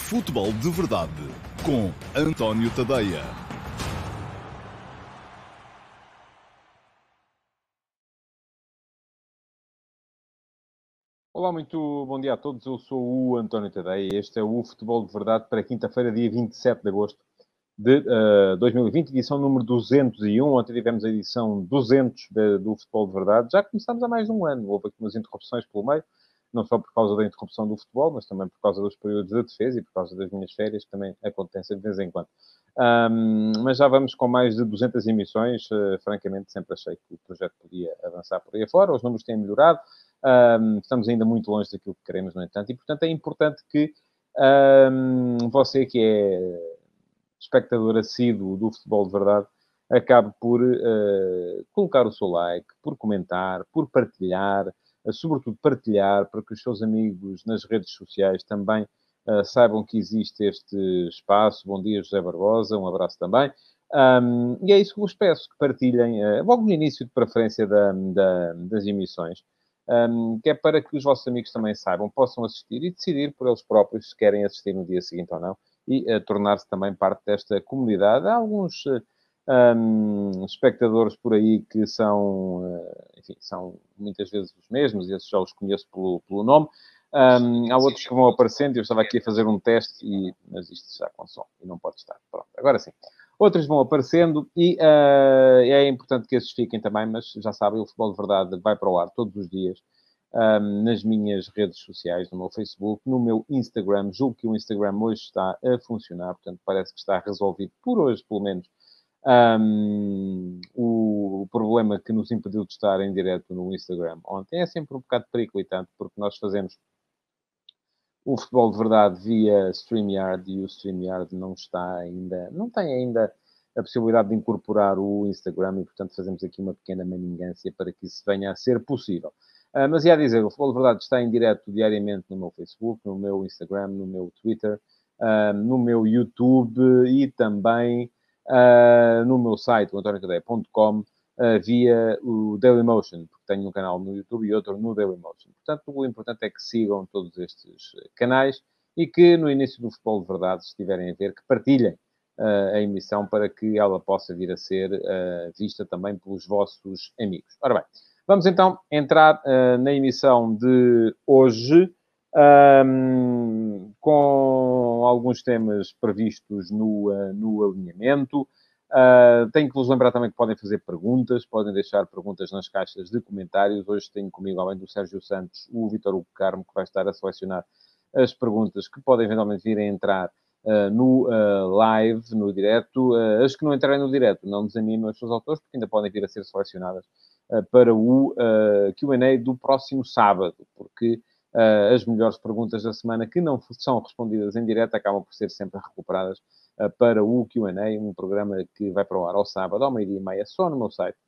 Futebol de Verdade com António Tadeia. Olá, muito bom dia a todos. Eu sou o António Tadeia e este é o Futebol de Verdade para quinta-feira, dia 27 de agosto de 2020, edição número 201. Ontem tivemos a edição 200 do Futebol de Verdade. Já começámos há mais de um ano. Houve aqui umas interrupções pelo meio, não só por causa da interrupção do futebol, mas também por causa dos períodos de defesa e por causa das minhas férias, que também acontecem de vez em quando. Mas já vamos com mais de 200 emissões. Francamente, sempre achei que o projeto podia avançar por aí afora. Os números têm melhorado. Estamos ainda muito longe daquilo que queremos, no entanto, e portanto é importante que você que é espectador assíduo do Futebol de Verdade acabe por colocar o seu like, por comentar, por partilhar, sobretudo partilhar, para que os seus amigos nas redes sociais também saibam que existe este espaço. Bom dia, José Barbosa, um abraço também. E é isso que vos peço, que partilhem, logo no início de preferência das emissões, que é para que os vossos amigos também saibam, possam assistir e decidir por eles próprios se querem assistir no dia seguinte ou não e tornar-se também parte desta comunidade. Há alguns espectadores por aí que são, enfim, são muitas vezes os mesmos, e esses já os conheço pelo nome. Há outros que vão aparecendo, eu estava aqui a fazer um teste, mas isto já com som, e não pode estar. Pronto, agora sim. Outros vão aparecendo e é importante que esses fiquem também, mas já sabem, o Futebol de Verdade vai para o ar todos os dias, nas minhas redes sociais, no meu Facebook, no meu Instagram. Julgo que o Instagram hoje está a funcionar, portanto, parece que está resolvido, por hoje, pelo menos, o problema que nos impediu de estar em direto no Instagram ontem. É sempre um bocado periclitante, porque nós fazemos o Futebol de Verdade via StreamYard e o StreamYard não está ainda, não tem ainda a possibilidade de incorporar o Instagram e, portanto, fazemos aqui uma pequena maningância para que isso venha a ser possível. Mas ia dizer, o Futebol de Verdade está em direto diariamente no meu Facebook, no meu Instagram, no meu Twitter, no meu YouTube e também no meu site, o antoniotadeia.com, via o Dailymotion, porque tenho um canal no YouTube e outro no Dailymotion. Portanto, o importante é que sigam todos estes canais e que no início do Futebol de Verdade, se estiverem a ver, que partilhem a emissão para que ela possa vir a ser vista também pelos vossos amigos. Ora bem, vamos então entrar na emissão de hoje, com alguns temas previstos no alinhamento. Tenho que vos lembrar também que podem fazer perguntas, podem deixar perguntas nas caixas de comentários. Hoje tenho comigo, além do Sérgio Santos, o Vítor Hugo Carmo, que vai estar a selecionar as perguntas que podem eventualmente vir a entrar no live, no direto. As que não entrarem no direto, não desanimem os seus autores, porque ainda podem vir a ser selecionadas para o Q&A do próximo sábado, porque as melhores perguntas da semana que não são respondidas em direto acabam por ser sempre recuperadas para o Q&A, um programa que vai para o ar ao sábado, ao meio-dia e meia, só no meu site,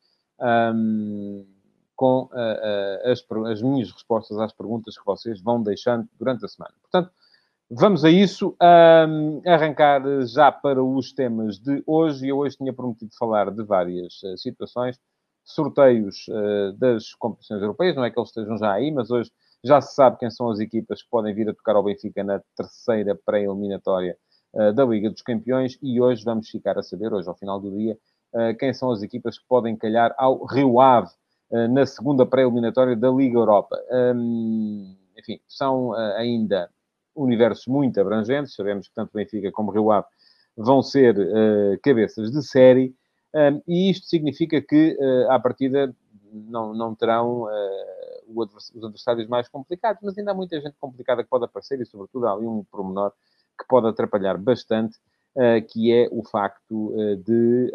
com as minhas respostas às perguntas que vocês vão deixando durante a semana. Portanto, vamos a isso. Arrancar já para os temas de hoje. Eu hoje tinha prometido falar de várias situações. Sorteios das competições europeias. Não é que eles estejam já aí, mas hoje já se sabe quem são as equipas que podem vir a tocar ao Benfica na terceira pré-eliminatória da Liga dos Campeões. E hoje vamos ficar a saber, hoje ao final do dia, quem são as equipas que podem calhar ao Rio Ave na segunda pré-eliminatória da Liga Europa. Enfim, são ainda universos muito abrangentes. Sabemos que tanto Benfica como Rio Ave vão ser cabeças de série, e isto significa que, à partida, não terão os adversários mais complicados, mas ainda há muita gente complicada que pode aparecer e, sobretudo, há ali um pormenor que pode atrapalhar bastante, que é o facto de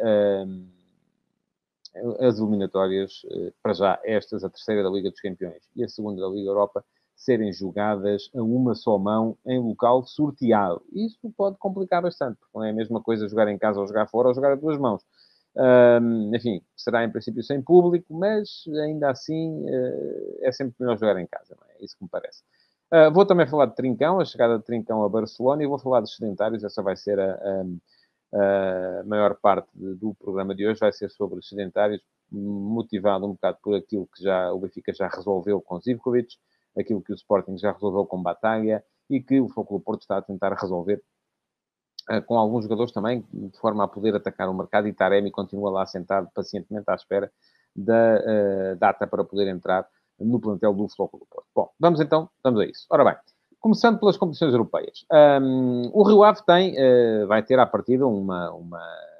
as eliminatórias, para já estas, a terceira da Liga dos Campeões e a segunda da Liga Europa, serem jogadas a uma só mão em local sorteado. Isso pode complicar bastante, porque não é a mesma coisa jogar em casa ou jogar fora ou jogar a duas mãos. Enfim, será em princípio sem público, mas ainda assim é sempre melhor jogar em casa, não é? É isso que me parece. Vou também falar de Trincão, a chegada de Trincão a Barcelona, e vou falar dos sedentários. Essa vai ser a maior parte do programa de hoje, vai ser sobre os sedentários, motivado um bocado por aquilo que já o Benfica já resolveu com Zivkovic, aquilo que o Sporting já resolveu com Bataglia e que o Futebol Clube do Porto está a tentar resolver com alguns jogadores também, de forma a poder atacar o mercado, e Taremi continua lá sentado pacientemente à espera da data para poder entrar no plantel do Futebol Clube do Porto. Bom, vamos a isso. Ora bem, começando pelas competições europeias. O Rio Ave vai ter à partida uma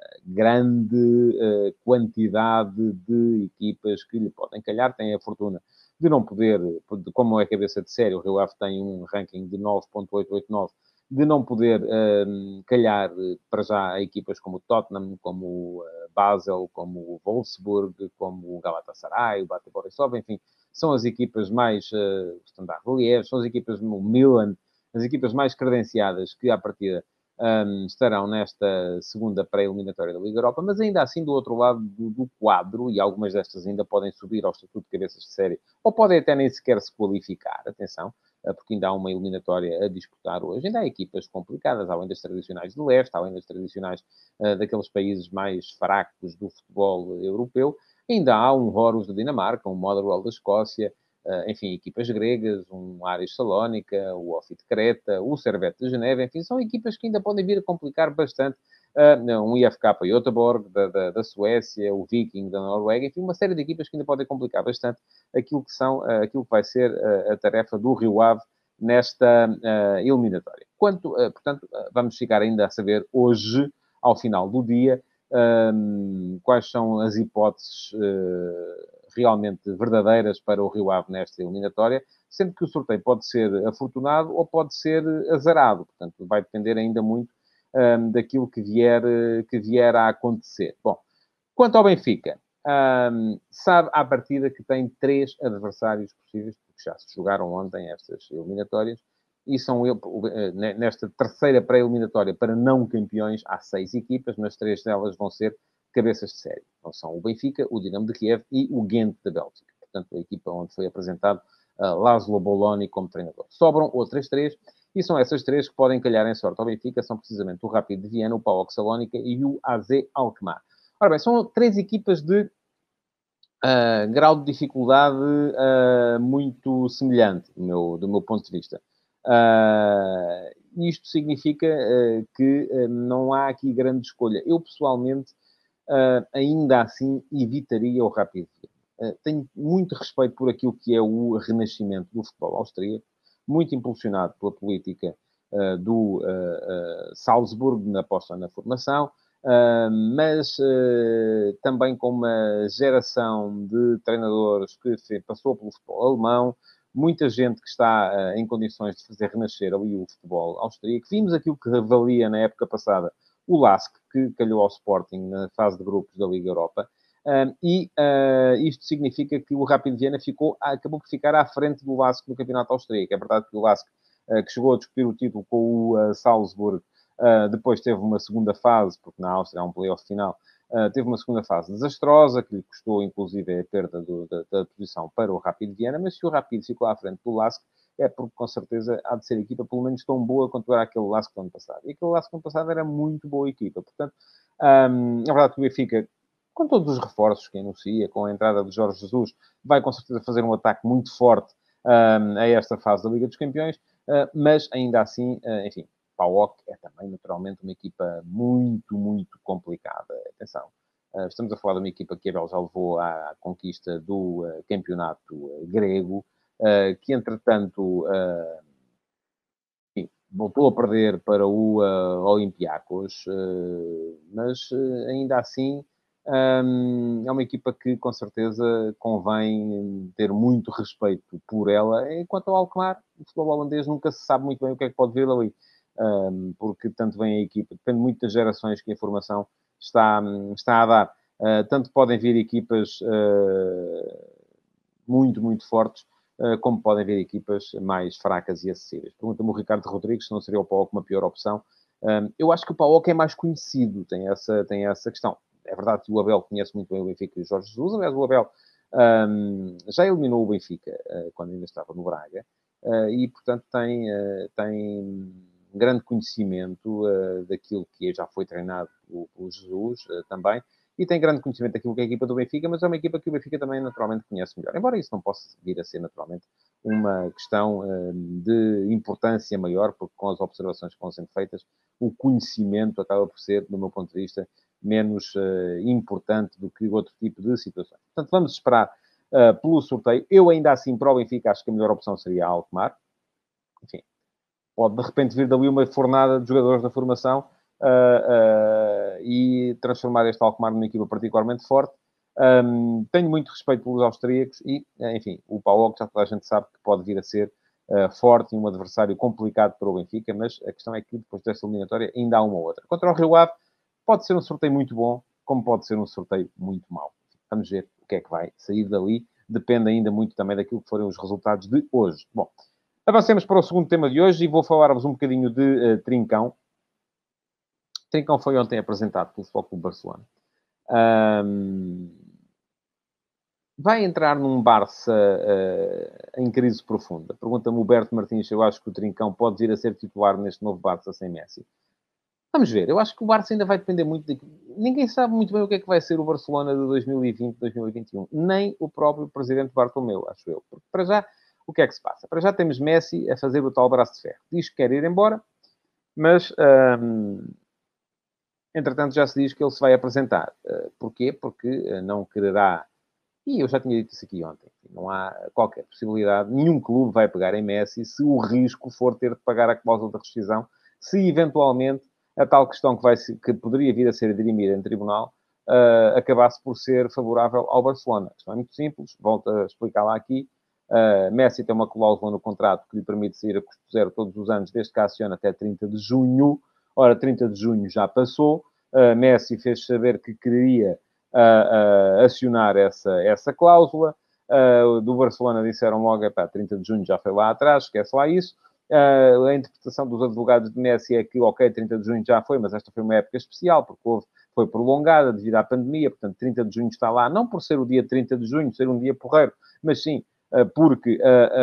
grande quantidade de equipas que lhe podem calhar. Tem a fortuna de não poder, como é cabeça de série, o Rio Ave tem um ranking de 9.889, de não poder calhar para já a equipas como o Tottenham, como o Basel, como o Wolfsburg, como o Galatasaray, o Bate Borisov, enfim, são as equipas mais Standard Liège, são as equipas do Milan, as equipas mais credenciadas que à partida estarão nesta segunda pré-eliminatória da Liga Europa, mas ainda assim do outro lado do quadro, e algumas destas ainda podem subir ao estatuto de cabeças de série, ou podem até nem sequer se qualificar, atenção, porque ainda há uma eliminatória a disputar hoje. Ainda há equipas complicadas, além das tradicionais do leste, além das tradicionais daqueles países mais fracos do futebol europeu. Ainda há um Horus da Dinamarca, um Motherwell da Escócia, enfim, equipas gregas, um Aris Salónica, o Ofi de Creta, o Servette de Genebra, enfim, são equipas que ainda podem vir a complicar bastante. Um IFK Göteborg da Suécia, o Viking da Noruega, enfim, uma série de equipas que ainda podem complicar bastante aquilo que vai ser a tarefa do Rio Ave nesta eliminatória. Portanto, vamos ficar ainda a saber hoje, ao final do dia, quais são as hipóteses realmente verdadeiras para o Rio Ave nesta eliminatória, sendo que o sorteio pode ser afortunado ou pode ser azarado. Portanto, vai depender ainda muito daquilo que vier a acontecer. Bom, quanto ao Benfica, sabe à partida que tem 3 adversários possíveis, porque já se jogaram ontem estas eliminatórias, e são nesta terceira pré-eliminatória para não campeões, há 6 equipas, mas 3 delas vão ser cabeças de série. Então, são o Benfica, o Dinamo de Kiev e o Ghent da Bélgica. Portanto, a equipa onde foi apresentado Laszlo Bologna como treinador. Sobram outras 3, e são essas 3 que podem calhar em sorte ao Benfica, são precisamente o Rapid de Viena, o PAOK Salónica e o AZ Alkmaar. Ora bem, são 3 equipas de grau de dificuldade muito semelhante, do meu ponto de vista. Isto significa que não há aqui grande escolha. Eu, pessoalmente, ainda assim, evitaria o Rapid. Tenho muito respeito por aquilo que é o renascimento do futebol austríaco, muito impulsionado pela política do Salzburg, na aposta na formação, mas também com uma geração de treinadores que passou pelo futebol alemão, muita gente que está em condições de fazer renascer ali o futebol austríaco. Vimos aquilo que valia na época passada o LASK, que calhou ao Sporting na fase de grupos da Liga Europa. Isto significa que o Rapid Viena acabou por ficar à frente do LASK no campeonato austríaco. É verdade que o LASK, que chegou a discutir o título com o Salzburg, depois teve uma segunda fase, porque na Áustria há um playoff final, teve uma segunda fase desastrosa, que lhe custou, inclusive, a perda da posição para o Rapid Viena, mas se o Rapid ficou à frente do LASK, é porque, com certeza, há de ser equipa pelo menos tão boa quanto era aquele LASK do ano passado. E aquele LASK do ano passado era muito boa equipa. Portanto, é verdade que o Benfica, com todos os reforços que anuncia, com a entrada de Jorge Jesus, vai, com certeza, fazer um ataque muito forte a esta fase da Liga dos Campeões, mas, ainda assim, enfim, PAOK é também, naturalmente, uma equipa muito, muito complicada. Atenção, estamos a falar de uma equipa que a Abel já levou à conquista do campeonato grego, que, entretanto, enfim, voltou a perder para o Olympiacos, mas ainda assim é uma equipa que, com certeza, convém ter muito respeito por ela. Enquanto ao Alkmaar, o futebol holandês nunca se sabe muito bem o que é que pode vir dali. Porque tanto vem a equipa, depende muito das gerações que a formação está a dar. Tanto podem vir equipas muito, muito fortes, como podem vir equipas mais fracas e acessíveis. Pergunta-me o Ricardo Rodrigues se não seria o PAOK uma pior opção. Eu acho que o PAOK é mais conhecido, tem essa questão. É verdade que o Abel conhece muito bem o Benfica e o Jorge Jesus. Aliás, o Abel já eliminou o Benfica quando ainda estava no Braga, e, portanto, tem grande conhecimento daquilo que já foi treinado pelo Jesus também, e tem grande conhecimento daquilo que é a equipa do Benfica, mas é uma equipa que o Benfica também naturalmente conhece melhor. Embora isso não possa vir a ser naturalmente uma questão de importância maior, porque com as observações que vão sendo feitas, o conhecimento acaba por ser, do meu ponto de vista, menos importante do que outro tipo de situações. Portanto, vamos esperar pelo sorteio. Eu ainda assim, para o Benfica, acho que a melhor opção seria a Alkmaar. Enfim, pode de repente vir dali uma fornada de jogadores da formação e transformar este Alkmaar numa equipa particularmente forte. Tenho muito respeito pelos austríacos e, enfim, o PAOK já toda a gente sabe que pode vir a ser forte e um adversário complicado para o Benfica, mas a questão é que depois desta eliminatória ainda há uma outra. Contra o Rio Ave pode ser um sorteio muito bom, como pode ser um sorteio muito mau. Vamos ver o que é que vai sair dali. Depende ainda muito também daquilo que forem os resultados de hoje. Bom, avancemos para o segundo tema de hoje e vou falar-vos um bocadinho de Trincão. Trincão foi ontem apresentado pelo Futebol Clube Barcelona. Vai entrar num Barça em crise profunda. Pergunta-me o Berto Martins se eu acho que o Trincão pode vir a ser titular neste novo Barça sem Messi. Vamos ver. Eu acho que o Barça ainda vai depender muito de... Ninguém sabe muito bem o que é que vai ser o Barcelona de 2020, 2021. Nem o próprio presidente Bartomeu, acho eu. Porque, para já, o que é que se passa? Para já temos Messi a fazer o tal braço de ferro. Diz que quer ir embora, mas... entretanto, já se diz que ele se vai apresentar. Porquê? Porque não quererá... E eu já tinha dito isso aqui ontem. Não há qualquer possibilidade. Nenhum clube vai pegar em Messi se o risco for ter de pagar a cláusula de rescisão. Se, eventualmente, a tal questão que poderia vir a ser dirimida em tribunal acabasse por ser favorável ao Barcelona. A questão é muito simples. Volto a explicar lá aqui. Messi tem uma cláusula no contrato que lhe permite sair a custo zero todos os anos, desde que aciona até 30 de junho. Ora, 30 de junho já passou. Messi fez saber que queria acionar essa cláusula. Do Barcelona disseram logo, 30 de junho já foi lá atrás, esquece lá isso. A interpretação dos advogados de Messi é que, ok, 30 de junho já foi, mas esta foi uma época especial, porque foi prolongada devido à pandemia, portanto, 30 de junho está lá, não por ser o dia 30 de junho, ser um dia porreiro, mas sim porque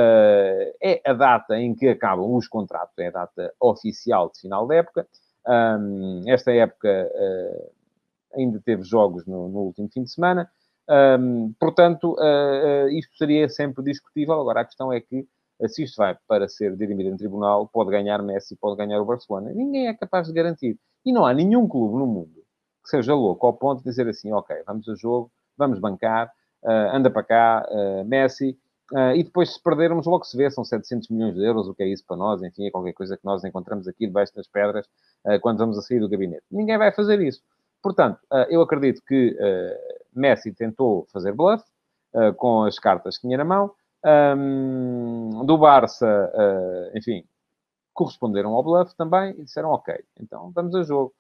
é a data em que acabam os contratos, é a data oficial de final da época. Esta época ainda teve jogos no último fim de semana. Portanto, isto seria sempre discutível. Agora, a questão é que, se isto vai para ser dirimido em tribunal, pode ganhar Messi, pode ganhar o Barcelona. Ninguém é capaz de garantir. E não há nenhum clube no mundo que seja louco ao ponto de dizer assim, ok, vamos a jogo, vamos bancar, anda para cá, Messi, e depois se perdermos, logo se vê, são 700 milhões de euros, o que é isso para nós? Enfim, é qualquer coisa que nós encontramos aqui debaixo das pedras quando vamos a sair do gabinete. Ninguém vai fazer isso. Portanto, eu acredito que Messi tentou fazer bluff com as cartas que tinha na mão. Do Barça, enfim, corresponderam ao bluff também e disseram, ok, então vamos a jogo.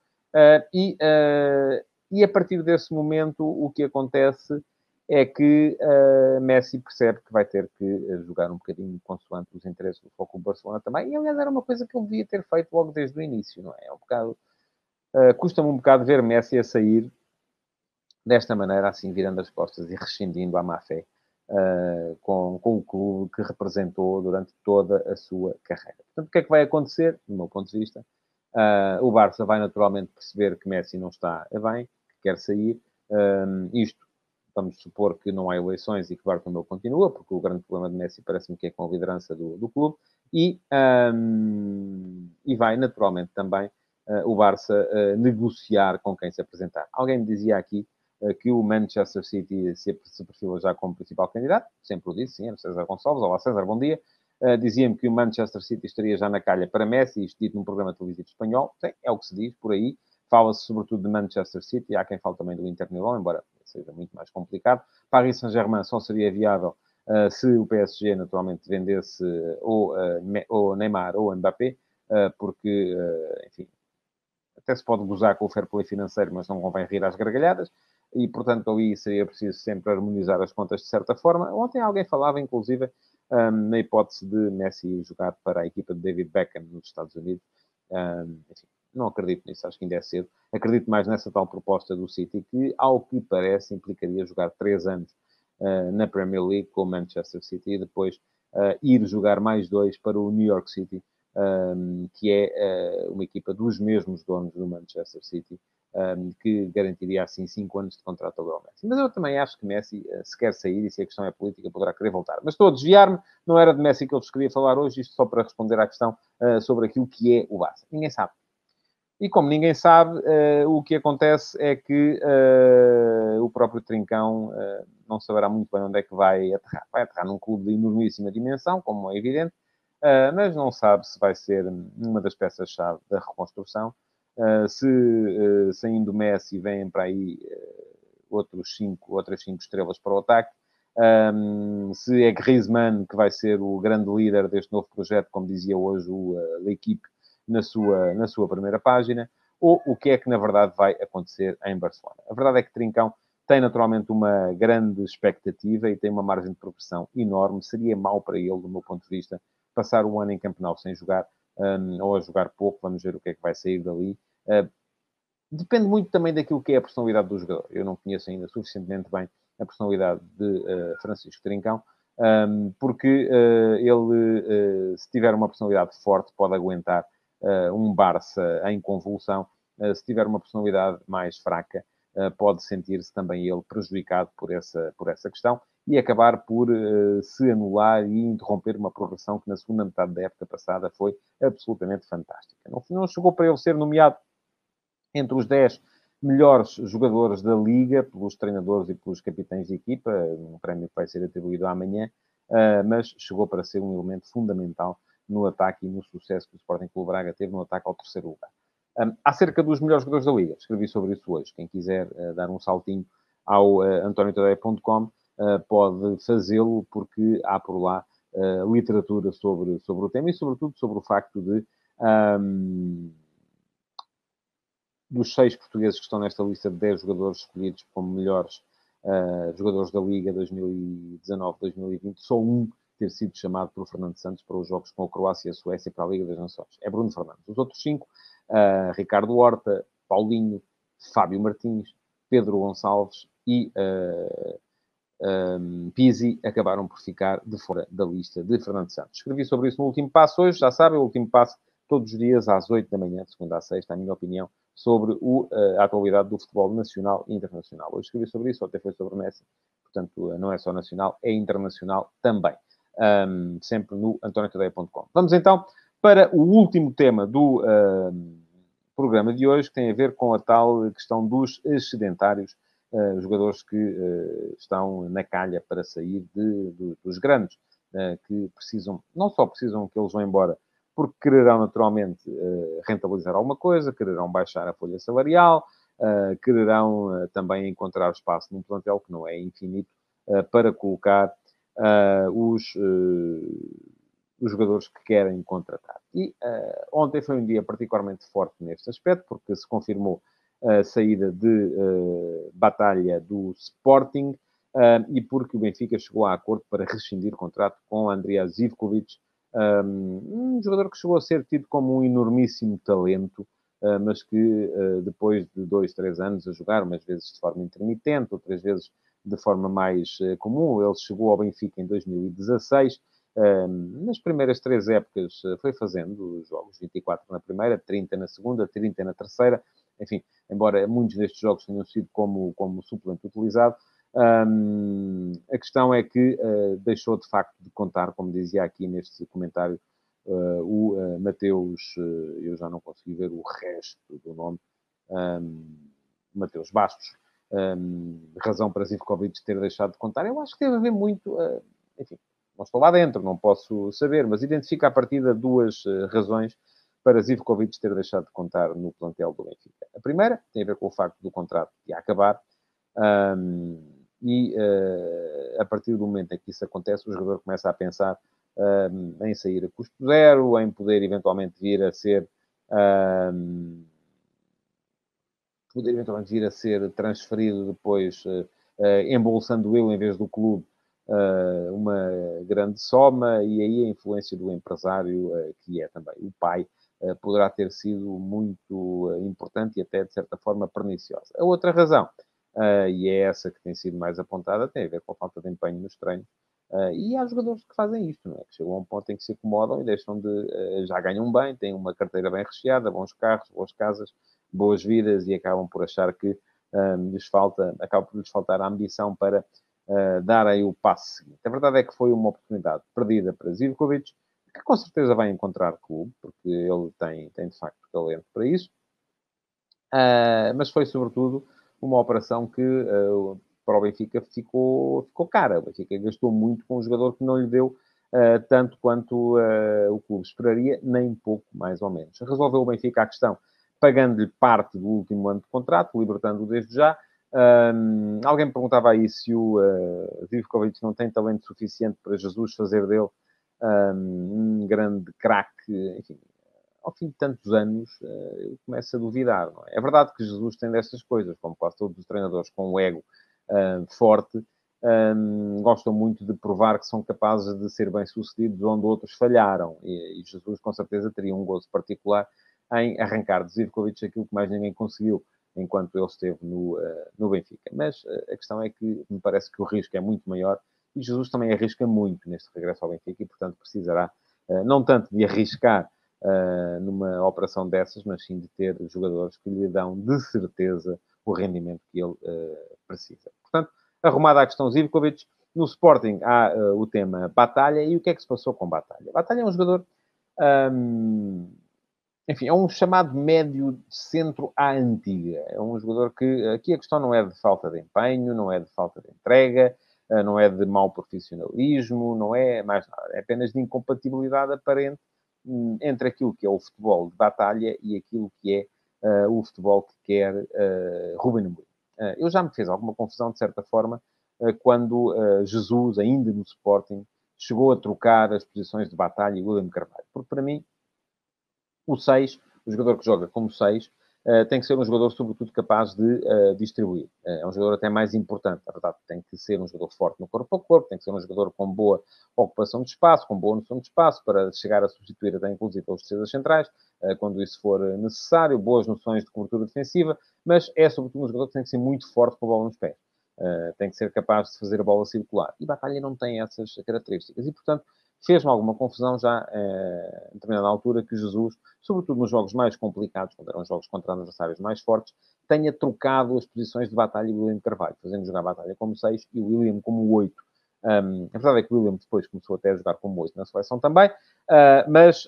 E a partir desse momento, o que acontece é que Messi percebe que vai ter que jogar um bocadinho consoante os interesses do Futebol Clube Barcelona também. E, aliás, era uma coisa que ele devia ter feito logo desde o início, não é? É um bocado... custa-me um bocado ver Messi a sair desta maneira, assim, virando as costas e rescindindo à má fé com o clube que representou durante toda a sua carreira. Portanto, o que é que vai acontecer, do meu ponto de vista? O Barça vai naturalmente perceber que Messi não está bem, que quer sair. Isto, vamos supor que não há eleições e que Bartomeu continua, porque o grande problema de Messi parece-me que é com a liderança do clube. E vai naturalmente também o Barça negociar com quem se apresentar. Alguém me dizia aqui que o Manchester City se perfila já como principal candidato. Sempre o disse, sim, era César Gonçalves. Olá, César, bom dia. Dizia-me que o Manchester City estaria já na calha para Messi, isto dito num programa televisivo espanhol. Sim, é o que se diz por aí. Fala-se sobretudo de Manchester City. Há quem fale também do Inter Milão, embora seja muito mais complicado. Paris Saint-Germain só seria viável se o PSG naturalmente vendesse ou Neymar ou Mbappé, porque, enfim, até se pode gozar com o fair play financeiro, mas não convém rir às gargalhadas. E, portanto, ali seria preciso sempre harmonizar as contas de certa forma. Ontem alguém falava, inclusive, na hipótese de Messi jogar para a equipa de David Beckham nos Estados Unidos. Enfim, não acredito nisso, acho que ainda é cedo. Acredito mais nessa tal proposta do City, que, ao que parece, implicaria jogar 3 anos na Premier League com o Manchester City e depois ir jogar mais 2 para o New York City, que é uma equipa dos mesmos donos do Manchester City, que garantiria assim 5 anos de contrato ao Lionel Messi. Mas eu também acho que Messi, se quer sair e se a questão é política, poderá querer voltar. Mas estou a desviar-me, não era de Messi que eu vos queria falar hoje, isto só para responder à questão sobre aquilo que é o Barça. Ninguém sabe. E como ninguém sabe, o que acontece é que o próprio Trincão não saberá muito bem onde é que vai aterrar. Vai aterrar num clube de enormíssima dimensão, como é evidente, mas não sabe se vai ser uma das peças-chave da reconstrução. Se saindo Messi vêm para aí outras 5 estrelas para o ataque. Se é Griezmann que vai ser o grande líder deste novo projeto, como dizia hoje a equipe na sua primeira página, ou o que é que, na verdade, vai acontecer em Barcelona. A verdade é que Trincão tem, naturalmente, uma grande expectativa e tem uma margem de progressão enorme. Seria mau para ele, do meu ponto de vista, passar o ano em Camp Nou sem jogar, ou a jogar pouco. Vamos ver o que é que vai sair dali. Depende muito também daquilo que é a personalidade do jogador. Eu não conheço ainda suficientemente bem a personalidade de Francisco Trincão, porque ele, se tiver uma personalidade forte, pode aguentar um Barça em convulsão. Se tiver uma personalidade mais fraca, pode sentir-se também ele prejudicado por essa questão e acabar por se anular e interromper uma progressão que na segunda metade da época passada foi absolutamente fantástica. Não chegou para ele ser nomeado entre os 10 melhores jogadores da Liga, pelos treinadores e pelos capitães de equipa, um prémio que vai ser atribuído amanhã, mas chegou para ser um elemento fundamental no ataque e no sucesso que o Sporting Clube Braga teve no ataque ao terceiro lugar. Acerca dos melhores jogadores da Liga, escrevi sobre isso hoje. Quem quiser dar um saltinho ao antoniotadeia.com pode fazê-lo, porque há por lá literatura sobre o tema e, sobretudo, sobre o facto de... dos 6 portugueses que estão nesta lista de 10 jogadores escolhidos como melhores jogadores da Liga 2019-2020, só um ter sido chamado por Fernando Santos para os jogos com a Croácia e a Suécia para a Liga das Nações. É Bruno Fernandes. Os outros 5, Ricardo Horta, Paulinho, Fábio Martins, Pedro Gonçalves e Pizzi acabaram por ficar de fora da lista de Fernando Santos. Escrevi sobre isso no Último Passo hoje, já sabem, o Último Passo todos os dias às 8 da manhã, de segunda a sexta, a minha opinião sobre a atualidade do futebol nacional e internacional. Hoje escrevi sobre isso, até foi sobre o Messi, portanto, não é só nacional, é internacional também. Sempre no antoniotadeia.com. Vamos então para o último tema do programa de hoje, que tem a ver com a tal questão dos excedentários, jogadores que estão na calha para sair dos grandes, que precisam, não só precisam que eles vão embora, porque quererão naturalmente rentabilizar alguma coisa, quererão baixar a folha salarial, quererão também encontrar espaço num plantel que não é infinito para colocar os jogadores que querem contratar. E ontem foi um dia particularmente forte neste aspecto, porque se confirmou a saída de Batalha do Sporting e porque o Benfica chegou a acordo para rescindir o contrato com Andrija Zivkovic, um jogador que chegou a ser tido como um enormíssimo talento, mas que depois de 2, 3 anos a jogar, umas vezes de forma intermitente, outras vezes de forma mais comum, ele chegou ao Benfica em 2016. Nas primeiras 3 épocas foi fazendo os jogos, 24 na primeira, 30 na segunda, 30 na terceira. Enfim, embora muitos destes jogos tenham sido como suplente utilizado, a questão é que deixou de facto de contar, como dizia aqui neste comentário, o Mateus, eu já não consegui ver o resto do nome, Mateus Bastos, razão para Zivkovic ter deixado de contar. Eu acho que deve haver muito, enfim, não estou lá dentro, não posso saber, mas identifica a partir de 2 razões para Zivkovic ter deixado de contar no plantel do Benfica. A primeira tem a ver com o facto do contrato de acabar, e a partir do momento em que isso acontece, o jogador começa a pensar em sair a custo zero, em poder eventualmente vir a ser transferido depois, embolsando ele em vez do clube uma grande soma, e aí a influência do empresário, que é também o pai, poderá ter sido muito importante e até, de certa forma, perniciosa. A outra razão, e é essa que tem sido mais apontada, tem a ver com a falta de empenho nos treinos. E há jogadores que fazem isto, não é? Que chegam a um ponto em que se acomodam e deixam de... já ganham bem, têm uma carteira bem recheada, bons carros, boas casas, boas-vidas e acabam por achar que acaba por lhes faltar a ambição para darem o passo seguinte. A verdade é que foi uma oportunidade perdida para Zivkovic, que com certeza vai encontrar clube, porque ele tem de facto talento para isso. Mas foi, sobretudo, uma operação que para o Benfica ficou cara. O Benfica gastou muito com um jogador que não lhe deu tanto quanto o clube esperaria, nem pouco, mais ou menos. Resolveu o Benfica a questão, pagando-lhe parte do último ano de contrato, libertando-o desde já. Alguém me perguntava aí se o Zivkovic não tem talento suficiente para Jesus fazer dele um grande craque, enfim, ao fim de tantos anos, eu começo a duvidar, não é? É verdade que Jesus tem destas coisas, como quase todos os treinadores com o ego forte, gostam muito de provar que são capazes de ser bem-sucedidos onde outros falharam. E Jesus, com certeza, teria um gozo particular em arrancar de Zivkovic aquilo que mais ninguém conseguiu enquanto ele esteve no Benfica. Mas a questão é que me parece que o risco é muito maior e Jesus também arrisca muito neste regresso ao Benfica e, portanto, precisará não tanto de arriscar numa operação dessas, mas sim de ter jogadores que lhe dão de certeza o rendimento que ele precisa. Portanto, arrumada a questão Zivkovic, no Sporting há o tema Batalha, e o que é que se passou com Batalha? Batalha é um jogador, enfim, é um chamado médio centro à antiga. É um jogador que, aqui a questão não é de falta de empenho, não é de falta de entrega, não é de mau profissionalismo, não é mais nada. É apenas de incompatibilidade aparente entre aquilo que é o futebol de batalha e aquilo que é o futebol que quer Ruben Amorim. Eu já me fez alguma confusão, de certa forma, quando Jesus, ainda no Sporting, chegou a trocar as posições de Batalha e William Carvalho. Porque, para mim, o 6, o jogador que joga como 6, tem que ser um jogador, sobretudo, capaz de distribuir. É um jogador até mais importante. A verdade, tem que ser um jogador forte no corpo a corpo, tem que ser um jogador com boa ocupação de espaço, com boa noção de espaço, para chegar a substituir até, inclusive, os defesas centrais, quando isso for necessário, boas noções de cobertura defensiva, mas é, sobretudo, um jogador que tem que ser muito forte com a bola nos pés. Tem que ser capaz de fazer a bola circular. E Batalha não tem essas características. E, portanto, fez-me alguma confusão já, em determinada altura, que Jesus, sobretudo nos jogos mais complicados, quando eram jogos contra adversários mais fortes, tenha trocado as posições de Batalha e William Carvalho, fazendo jogar Batalha como 6 e o William como 8. A verdade é que o William depois começou até a jogar como 8 na seleção também, mas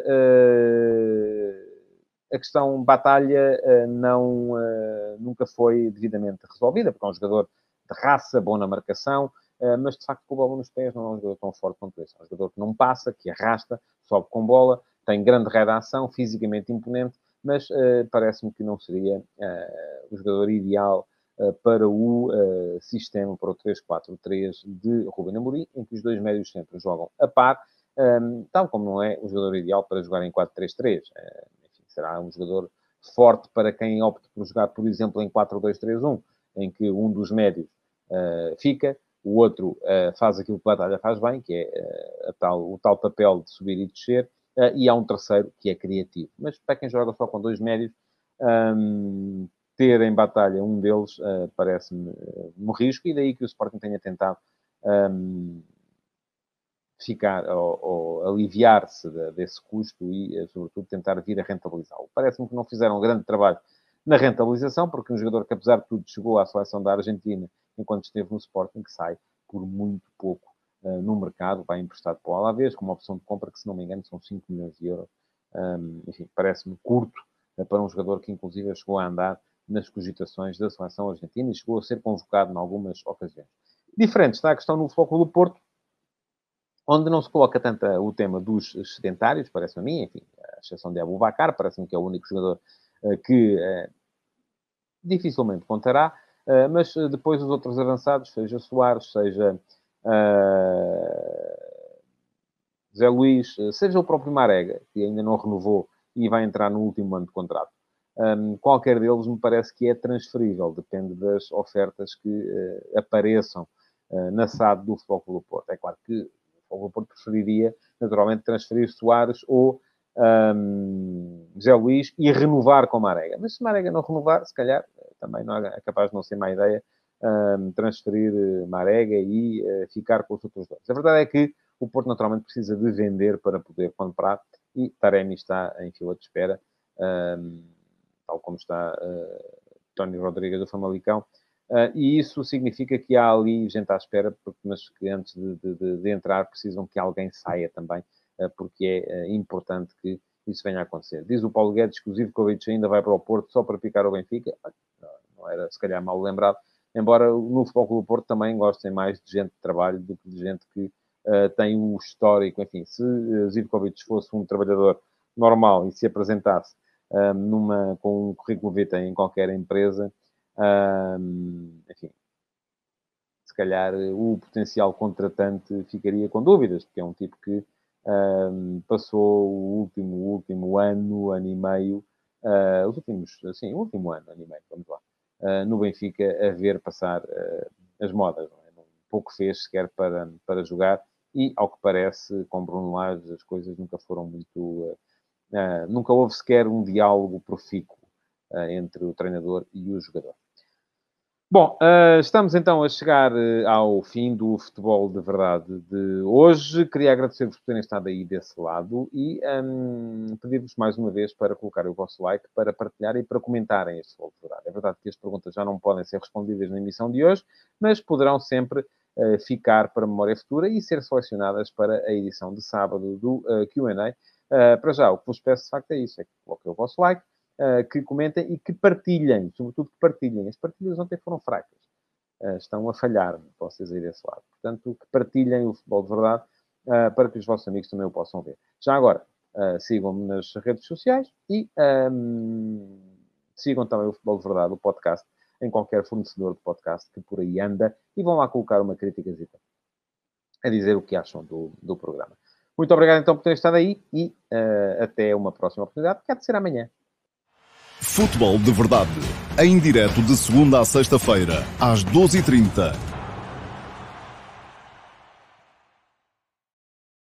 a questão Batalha nunca foi devidamente resolvida, porque é um jogador de raça, bom na marcação, mas de facto com a bola nos pés não é um jogador tão forte quanto esse. É um jogador que não passa, que arrasta, sobe com bola, tem grande redação, fisicamente imponente, mas parece-me que não seria o jogador ideal para o sistema, para o 3-4-3 de Ruben Amorim, em que os dois médios sempre jogam a par, tal como não é o jogador ideal para jogar em 4-3-3. Enfim, será um jogador forte para quem opte por jogar, por exemplo, em 4-2-3-1, em que um dos médios fica, o outro faz aquilo que o Batalha faz bem, que é o tal papel de subir e descer, e há um terceiro que é criativo. Mas para quem joga só com dois médios, ter em Batalha um deles parece-me um risco, e daí que o Sporting tenha tentado ficar ou aliviar-se desse custo e, sobretudo, tentar vir a rentabilizá-lo. Parece-me que não fizeram um grande trabalho na rentabilização, porque um jogador que, apesar de tudo, chegou à seleção da Argentina enquanto esteve no Sporting, que sai por muito pouco no mercado, vai emprestado para o Alavés, com uma opção de compra que, se não me engano, são 5 milhões de euros. Enfim, parece-me curto para um jogador que, inclusive, chegou a andar nas cogitações da seleção argentina e chegou a ser convocado em algumas ocasiões. Diferente está a questão no Futebol Clube do Porto, onde não se coloca tanto o tema dos sedentários, parece-me a mim, enfim, a exceção de Aboubakar, parece-me que é o único jogador que dificilmente contará, mas depois os outros avançados, seja Soares, seja Zé Luís, seja o próprio Marega, que ainda não renovou e vai entrar no último ano de contrato. Qualquer deles me parece que é transferível, depende das ofertas que apareçam na SAD do Futebol Clube do Porto. É claro que o Futebol Clube do Porto preferiria, naturalmente, transferir Soares ou Zé Luís e renovar com Marega. Mas se Marega não renovar, se calhar, também não é capaz de não ser má ideia transferir Marega e ficar com os outros dois. A verdade é que o Porto, naturalmente, precisa de vender para poder comprar e Taremi está em fila de espera. tal como está Tony Rodrigues do Famalicão. E isso significa que há ali gente à espera, mas que antes de entrar precisam que alguém saia também, porque é importante que isso venha a acontecer. Diz o Paulo Guedes que o Zivkovic ainda vai para o Porto só para picar o Benfica. Não era, se calhar, mal lembrado. Embora no Futebol Clube do Porto também gostem mais de gente de trabalho do que de gente que tem o histórico. Enfim, se Zivkovic fosse um trabalhador normal e se apresentasse com um currículo vitae em qualquer empresa, enfim, se calhar o potencial contratante ficaria com dúvidas, porque é um tipo que passou o último ano e meio, o último ano e meio, vamos lá, no Benfica, a ver passar as modas. Não é? Pouco fez sequer para jogar e, ao que parece, com Bruno Lage, as coisas nunca foram muito... nunca houve sequer um diálogo profícuo entre o treinador e o jogador. Bom, estamos então a chegar ao fim do Futebol de Verdade de hoje. Queria agradecer-vos por terem estado aí desse lado e pedir-vos mais uma vez para colocarem o vosso like, para partilharem e para comentarem este Futebol de Verdade. É verdade que as perguntas já não podem ser respondidas na emissão de hoje, mas poderão sempre ficar para a memória futura e ser selecionadas para a edição de sábado do Q&A. Para já, o que vos peço de facto é isso, é que coloquem o vosso like, que comentem e que partilhem, sobretudo que partilhem. As partilhas ontem foram fracas. Estão a falhar, posso dizer desse lado. Portanto, que partilhem o Futebol de Verdade para que os vossos amigos também o possam ver. Já agora, sigam-me nas redes sociais e sigam também o Futebol de Verdade, o podcast, em qualquer fornecedor de podcast que por aí anda e vão lá colocar uma críticazita a dizer o que acham do programa. Muito obrigado então por terem estado aí e até uma próxima oportunidade, que há de ser amanhã. Futebol de Verdade, em direto de segunda a sexta-feira, às 12h30.